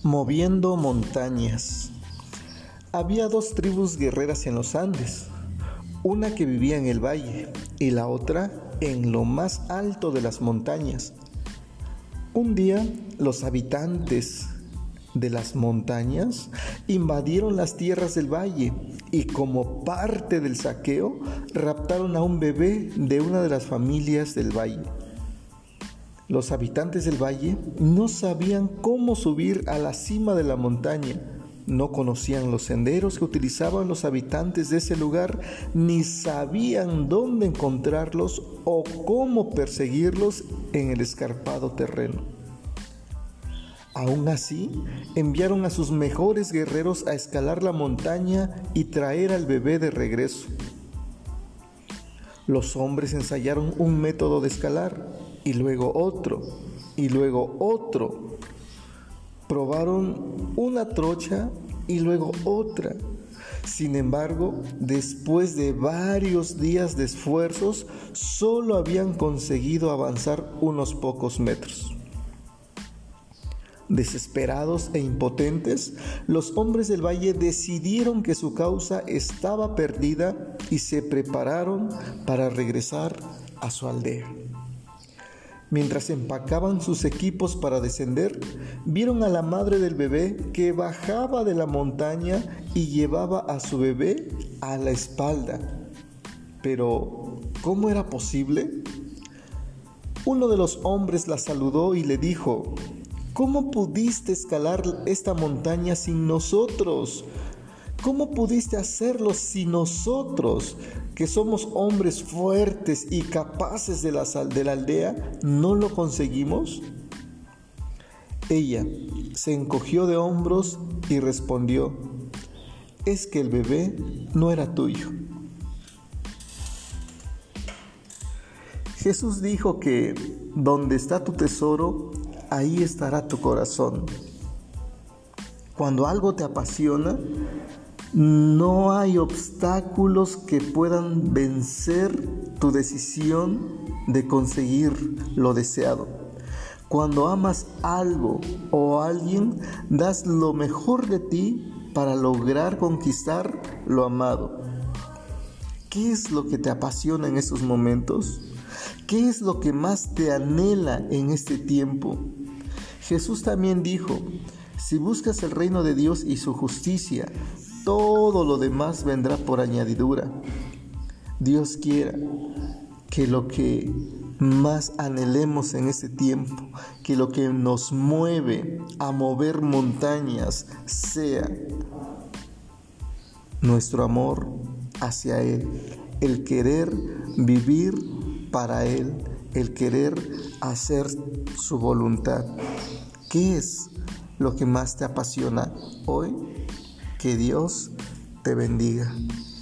Moviendo montañas. Había dos tribus guerreras en los Andes, una que vivía en el valle y la otra en lo más alto de las montañas. Un día, los habitantes de las montañas invadieron las tierras del valle y, como parte del saqueo, raptaron a un bebé de una de las familias del valle. Los habitantes del valle no sabían cómo subir a la cima de la montaña, no conocían los senderos que utilizaban los habitantes de ese lugar, ni sabían dónde encontrarlos o cómo perseguirlos en el escarpado terreno. Aún así, enviaron a sus mejores guerreros a escalar la montaña y traer al bebé de regreso. Los hombres ensayaron un método de escalar, y luego otro, y luego otro. Probaron una trocha y luego otra. Sin embargo, después de varios días de esfuerzos, solo habían conseguido avanzar unos pocos metros. Desesperados e impotentes, los hombres del valle decidieron que su causa estaba perdida y se prepararon para regresar a su aldea. Mientras empacaban sus equipos para descender, vieron a la madre del bebé que bajaba de la montaña y llevaba a su bebé a la espalda. Pero, ¿cómo era posible? Uno de los hombres la saludó y le dijo: ¿cómo pudiste escalar esta montaña sin nosotros? ¿Cómo pudiste hacerlo sin nosotros, que somos hombres fuertes y capaces de la aldea, no lo conseguimos? Ella se encogió de hombros y respondió: es que el bebé no era tuyo. Jesús dijo que donde está tu tesoro, ahí estará tu corazón. Cuando algo te apasiona, no hay obstáculos que puedan vencer tu decisión de conseguir lo deseado. Cuando amas algo o a alguien, das lo mejor de ti para lograr conquistar lo amado. ¿Qué es lo que te apasiona en estos momentos? ¿Qué es lo que más te anhela en este tiempo? Jesús también dijo: si buscas el reino de Dios y su justicia, todo lo demás vendrá por añadidura. Dios quiera que lo que más anhelemos en este tiempo, que lo que nos mueve a mover montañas, sea nuestro amor hacia Él, el querer vivir para Él, el querer hacer su voluntad. ¿Qué es lo que más te apasiona hoy? Que Dios te bendiga.